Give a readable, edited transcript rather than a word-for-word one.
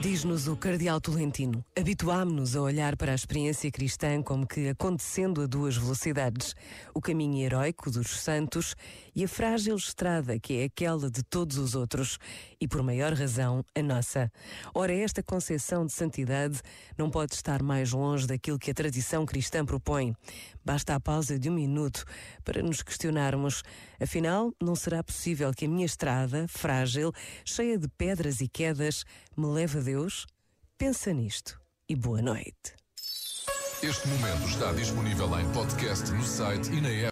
Diz-nos o cardeal Tolentino: habituámo-nos a olhar para a experiência cristã como que acontecendo a duas velocidades, o caminho heroico dos santos e a frágil estrada que é aquela de todos os outros, e por maior razão a nossa. Ora, esta concepção de santidade não pode estar mais longe daquilo que a tradição cristã propõe. Basta a pausa de um minuto para nos questionarmos: afinal, não será possível que a minha estrada, frágil, cheia de pedras e quedas, me leve a Deus? Pensa nisto e boa noite. Este momento está disponível em podcast no site e na app.